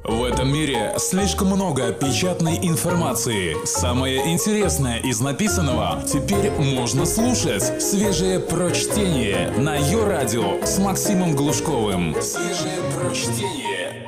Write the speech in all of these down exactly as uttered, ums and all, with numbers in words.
В этом мире слишком много печатной информации. Самое интересное из написанного теперь можно слушать. Свежее прочтение на Йо-Радио с Максимом Глушковым. Свежее прочтение.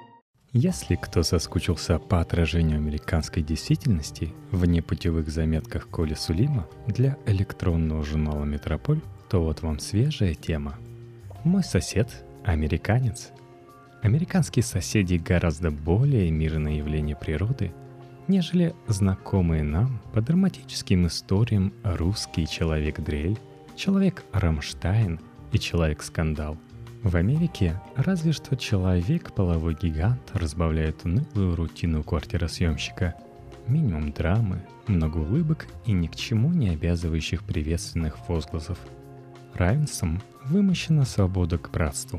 Если кто соскучился по отражению американской действительности в непутевых заметках Коли Сулима для электронного журнала «Метрополь», то вот вам свежая тема. Мой сосед – американец. Американские соседи гораздо более мирное явление природы, нежели знакомые нам по драматическим историям русский человек-дрель, человек Рамштайн и человек-скандал. В Америке разве что человек-половой гигант разбавляет унылую рутину квартиросъемщика. Минимум драмы, много улыбок и ни к чему не обязывающих приветственных возгласов. Равенством вымощена свобода к братству.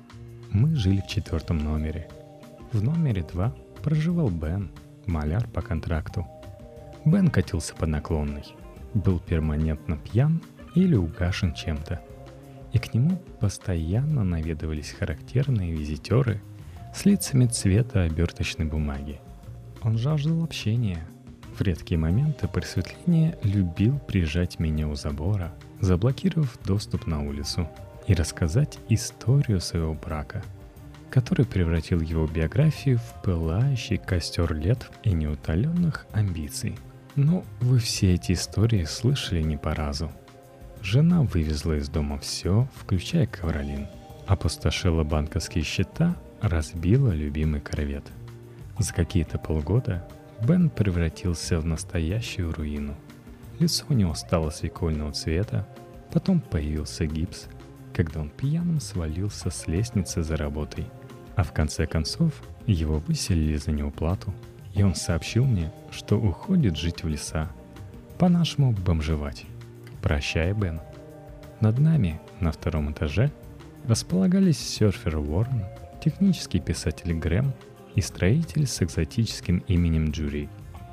Мы жили в четвертом номере. В номере два проживал Бен, маляр по контракту. Бен катился по наклонной, был перманентно пьян или угашен чем-то. И к нему постоянно наведывались характерные визитеры с лицами цвета оберточной бумаги. Он жаждал общения. В редкие моменты просветления любил прижать меня у забора, заблокировав доступ на улицу, и рассказать историю своего брака, который превратил его биографию в пылающий костер лет и неутоленных амбиций. Но вы все эти истории слышали не по разу. Жена вывезла из дома все, включая ковролин, опустошила банковские счета, разбила любимый корвет. За какие-то полгода Бен превратился в настоящую руину. Лицо у него стало свекольного цвета, потом появился гипс, когда он пьяным свалился с лестницы за работой. А в конце концов его выселили за неуплату, и он сообщил мне, что уходит жить в леса, по-нашему бомжевать. Прощай, Бен. Над нами, на втором этаже, располагались серфер Уоррен, технический писатель Грэм и строитель с экзотическим именем Джури.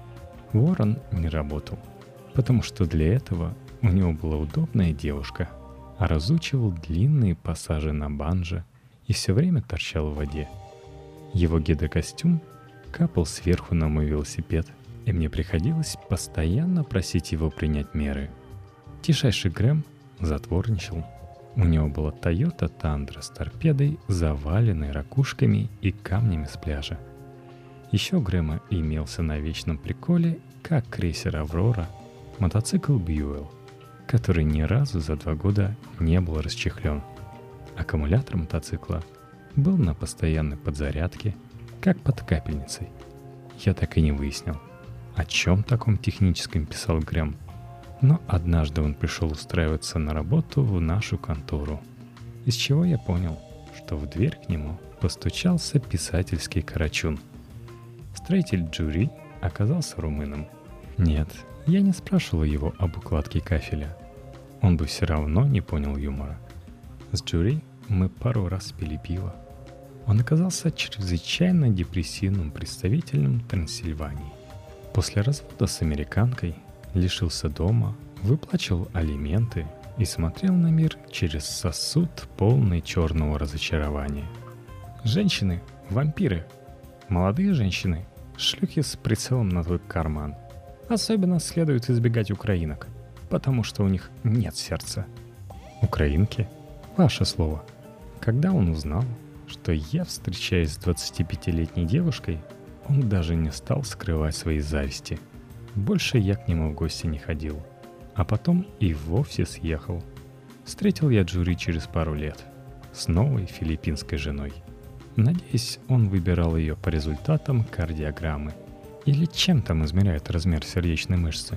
Уоррен не работал, потому что для этого у него была удобная девушка, а разучивал длинные пассажи на банджо и все время торчал в воде. Его гидрокостюм капал сверху на мой велосипед, и мне приходилось постоянно просить его принять меры. Тишайший Грэм затворничал. У него была Toyota Tundra с торпедой, заваленной ракушками и камнями с пляжа. Еще у Грэма имелся на вечном приколе, как крейсер «Аврора», мотоцикл «Бьюэлл», который ни разу за два года не был расчехлен. Аккумулятор мотоцикла был на постоянной подзарядке, как под капельницей. Я так и не выяснил, о чем таком техническом писал Грэм. Но однажды он пришел устраиваться на работу в нашу контору, из чего я понял, что в дверь к нему постучался писательский карачун. Строитель Джури оказался румыном. Нет, я не спрашивал его об укладке кафеля. Он бы все равно не понял юмора. С Джури мы пару раз пили пиво. Он оказался чрезвычайно депрессивным представителем Трансильвании. После развода с американкой лишился дома, выплачивал алименты и смотрел на мир через сосуд, полный черного разочарования. Женщины – вампиры. Молодые женщины – шлюхи с прицелом на твой карман. Особенно следует избегать украинок, потому что у них нет сердца. Украинки – ваше слово. Когда он узнал, что я встречаюсь с двадцатипятилетней девушкой, он даже не стал скрывать своей зависти. Больше я к нему в гости не ходил. А потом и вовсе съехал. Встретил я Джури через пару лет. С новой филиппинской женой. Надеюсь, он выбирал ее по результатам кардиограммы. Или чем там измеряют размер сердечной мышцы.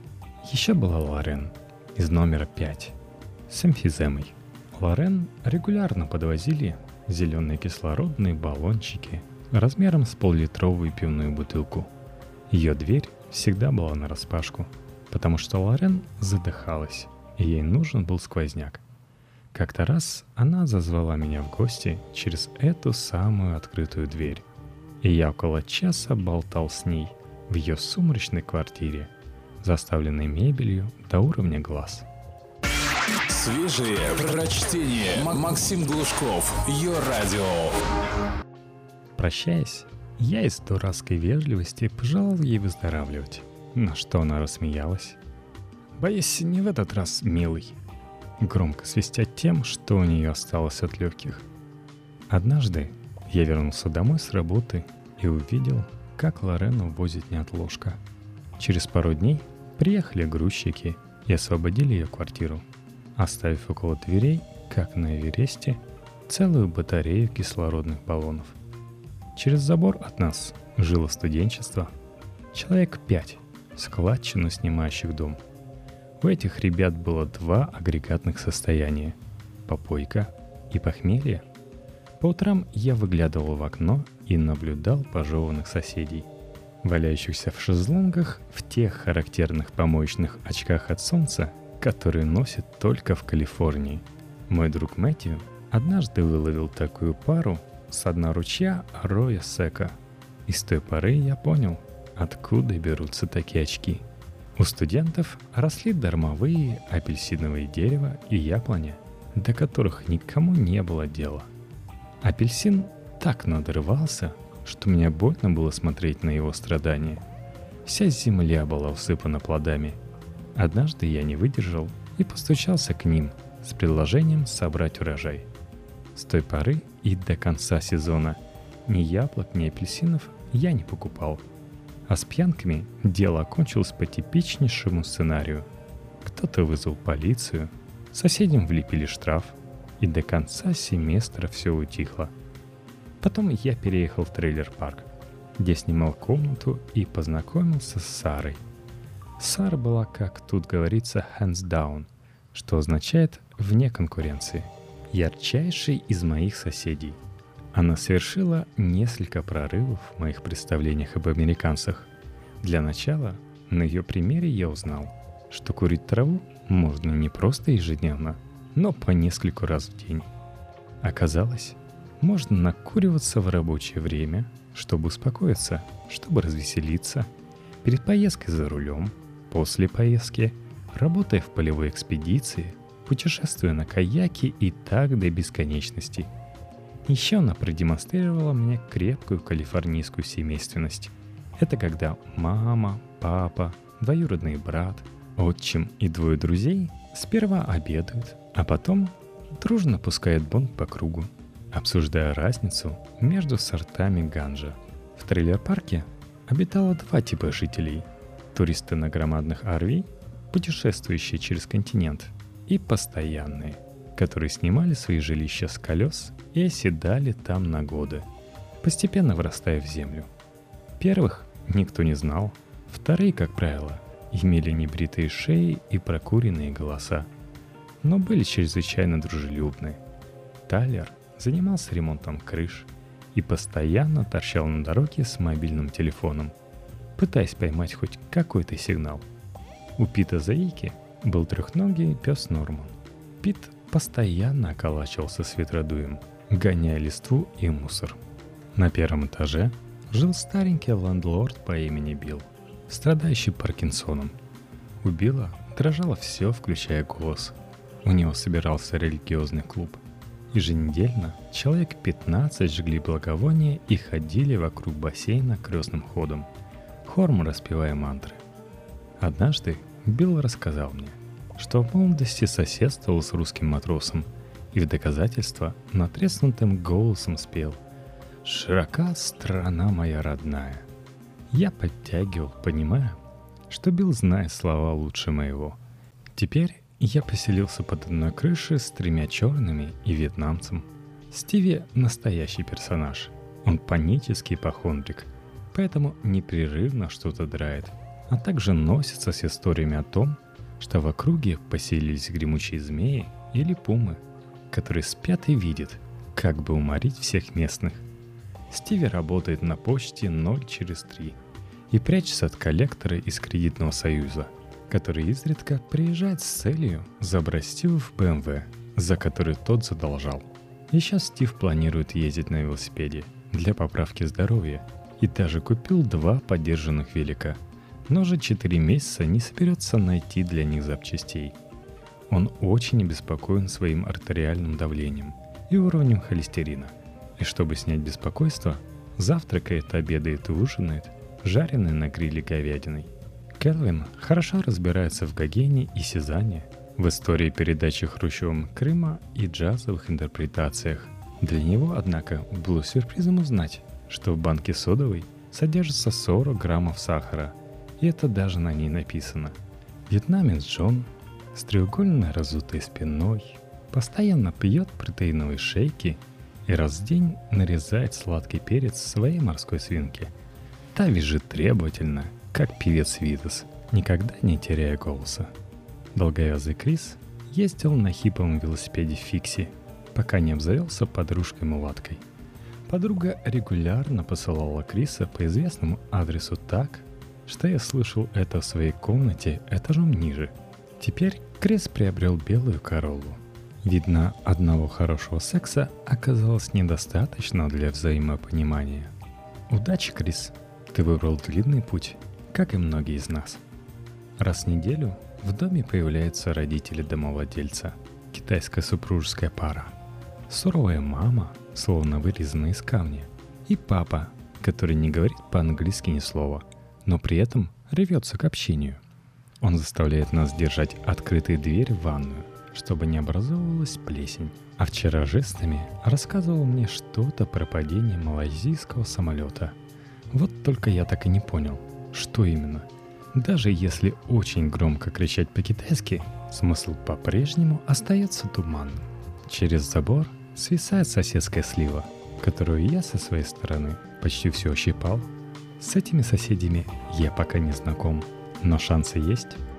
Еще была Лорен из номера пять с эмфиземой. Лорен регулярно подвозили зеленые кислородные баллончики размером с поллитровую пивную бутылку. Ее дверь всегда была нараспашку, потому что Лорен задыхалась, и ей нужен был сквозняк. Как-то раз она зазвала меня в гости через эту самую открытую дверь, и я около часа болтал с ней в ее сумрачной квартире, заставленной мебелью до уровня глаз. Свежие прочтение. Максим Глушков. Йо-Радио. Прощаясь, Я из дурацкой вежливости пожелал ей выздоравливать, на что она рассмеялась. «Боюсь, не в этот раз, милый», громко свистя тем, что у нее осталось от легких. Однажды я вернулся домой с работы и увидел, как Лорену возит неотложка. Через пару дней приехали грузчики и освободили ее квартиру, оставив около дверей, как на Эвересте, целую батарею кислородных баллонов. Через забор от нас жило студенчество. Человек пять, складчину снимающих дом. У этих ребят было два агрегатных состояния – попойка и похмелье. По утрам я выглядывал в окно и наблюдал пожеванных соседей, валяющихся в шезлонгах в тех характерных помоечных очках от солнца, которые носят только в Калифорнии. Мой друг Мэтью однажды выловил такую пару с дна ручья Арроя Сека. И с той поры я понял, откуда берутся такие очки. У студентов росли дармовые апельсиновые дерева и яблоня, до которых никому не было дела. Апельсин так надрывался, что мне больно было смотреть на его страдания. Вся земля была усыпана плодами. Однажды я не выдержал и постучался к ним с предложением собрать урожай. С той поры и до конца сезона ни яблок, ни апельсинов я не покупал. А с пьянками дело окончилось по типичнейшему сценарию. Кто-то вызвал полицию, соседям влепили штраф, и до конца семестра все утихло. Потом я переехал в трейлер-парк, где снимал комнату и познакомился с Сарой. Сара была, как тут говорится, hands down, что означает «вне конкуренции», ярчайшей из моих соседей. Она совершила несколько прорывов в моих представлениях об американцах. Для начала, на ее примере я узнал, что курить траву можно не просто ежедневно, но по нескольку раз в день. Оказалось, можно накуриваться в рабочее время, чтобы успокоиться, чтобы развеселиться, перед поездкой за рулем, после поездки, работая в полевой экспедиции, путешествуя на каяке и так до бесконечности. Еще она продемонстрировала мне крепкую калифорнийскую семейственность. Это когда мама, папа, двоюродный брат, отчим и двое друзей сперва обедают, а потом дружно пускают бонг по кругу, обсуждая разницу между сортами ганджа. В трейлер-парке обитало два типа жителей: туристы на громадных ар ви, путешествующие через континент, и постоянные, которые снимали свои жилища с колес и оседали там на годы, постепенно вырастая в землю. Первых никто не знал, вторые, как правило, имели небритые шеи и прокуренные голоса, но были чрезвычайно дружелюбны. Тайлер занимался ремонтом крыш и постоянно торчал на дороге с мобильным телефоном, пытаясь поймать хоть какой-то сигнал. У Пита Заики был трехногий пес Норман. Пит постоянно околачивался с ветродуем, гоняя листву и мусор. На первом этаже жил старенький лендлорд по имени Билл, страдающий Паркинсоном. У Билла дрожало все, включая голос. У него собирался религиозный клуб. Еженедельно человек пятнадцать жгли благовония и ходили вокруг бассейна крестным ходом, хором распевая мантры. Однажды Билл рассказал мне, что в молодости соседствовал с русским матросом и в доказательство натреснутым голосом спел «Широка страна моя родная». Я подтягивал, понимая, что Билл знает слова лучше моего. Теперь я поселился под одной крышей с тремя черными и вьетнамцем. Стиви — настоящий персонаж. Он панический ипохондрик, поэтому непрерывно что-то драет, а также носится с историями о том, что в округе поселились гремучие змеи или пумы, которые спят и видят, как бы уморить всех местных. Стиви работает на почте ноль через три и прячется от коллектора из кредитного союза, который изредка приезжает с целью забрать Стива в бэ эм вэ, за который тот задолжал. Еще Стив планирует ездить на велосипеде для поправки здоровья и даже купил два подержанных велика, но уже четыре месяца не соберется найти для них запчастей. Он очень обеспокоен своим артериальным давлением и уровнем холестерина, и чтобы снять беспокойство, Завтракает, обедает и ужинает, жареной на гриле говядиной. Келвин хорошо разбирается в Гогене и Сезанне, в истории передачи Хрущевым Крыма и джазовых интерпретациях. Для него, однако, было сюрпризом узнать, что в банке содовой содержится сорок граммов сахара, и это даже на ней написано. Вьетнамец Джон с треугольно разутой спиной постоянно пьет протеиновые шейки и раз в день нарезает сладкий перец своей морской свинке. Та визжит требовательно, как певец Витас, никогда не теряя голоса. Долговязый Крис ездил на хиповом велосипеде Фикси, пока не обзавелся подружкой-мулаткой. Подруга регулярно посылала Криса по известному адресу так, что я слышал это в своей комнате этажом ниже. Теперь Крис приобрел белую Короллу. Видно, одного хорошего секса оказалось недостаточно для взаимопонимания. Удачи, Крис! Ты выбрал длинный путь, как и многие из нас. Раз в неделю в доме появляются родители домовладельца, китайская супружеская пара, суровая мама, словно вырезанная из камня, и папа, который не говорит по-английски ни слова, но при этом рвется к общению. Он заставляет нас держать открытой дверь в ванную, чтобы не образовывалась плесень. А вчера жестами рассказывал мне что-то про падение малайзийского самолета. Вот только я так и не понял, что именно. Даже если очень громко кричать по-китайски, смысл по-прежнему остается туманным. Через забор свисает соседская слива, которую я со своей стороны почти все щипал. С этими соседями я пока не знаком, но шансы есть.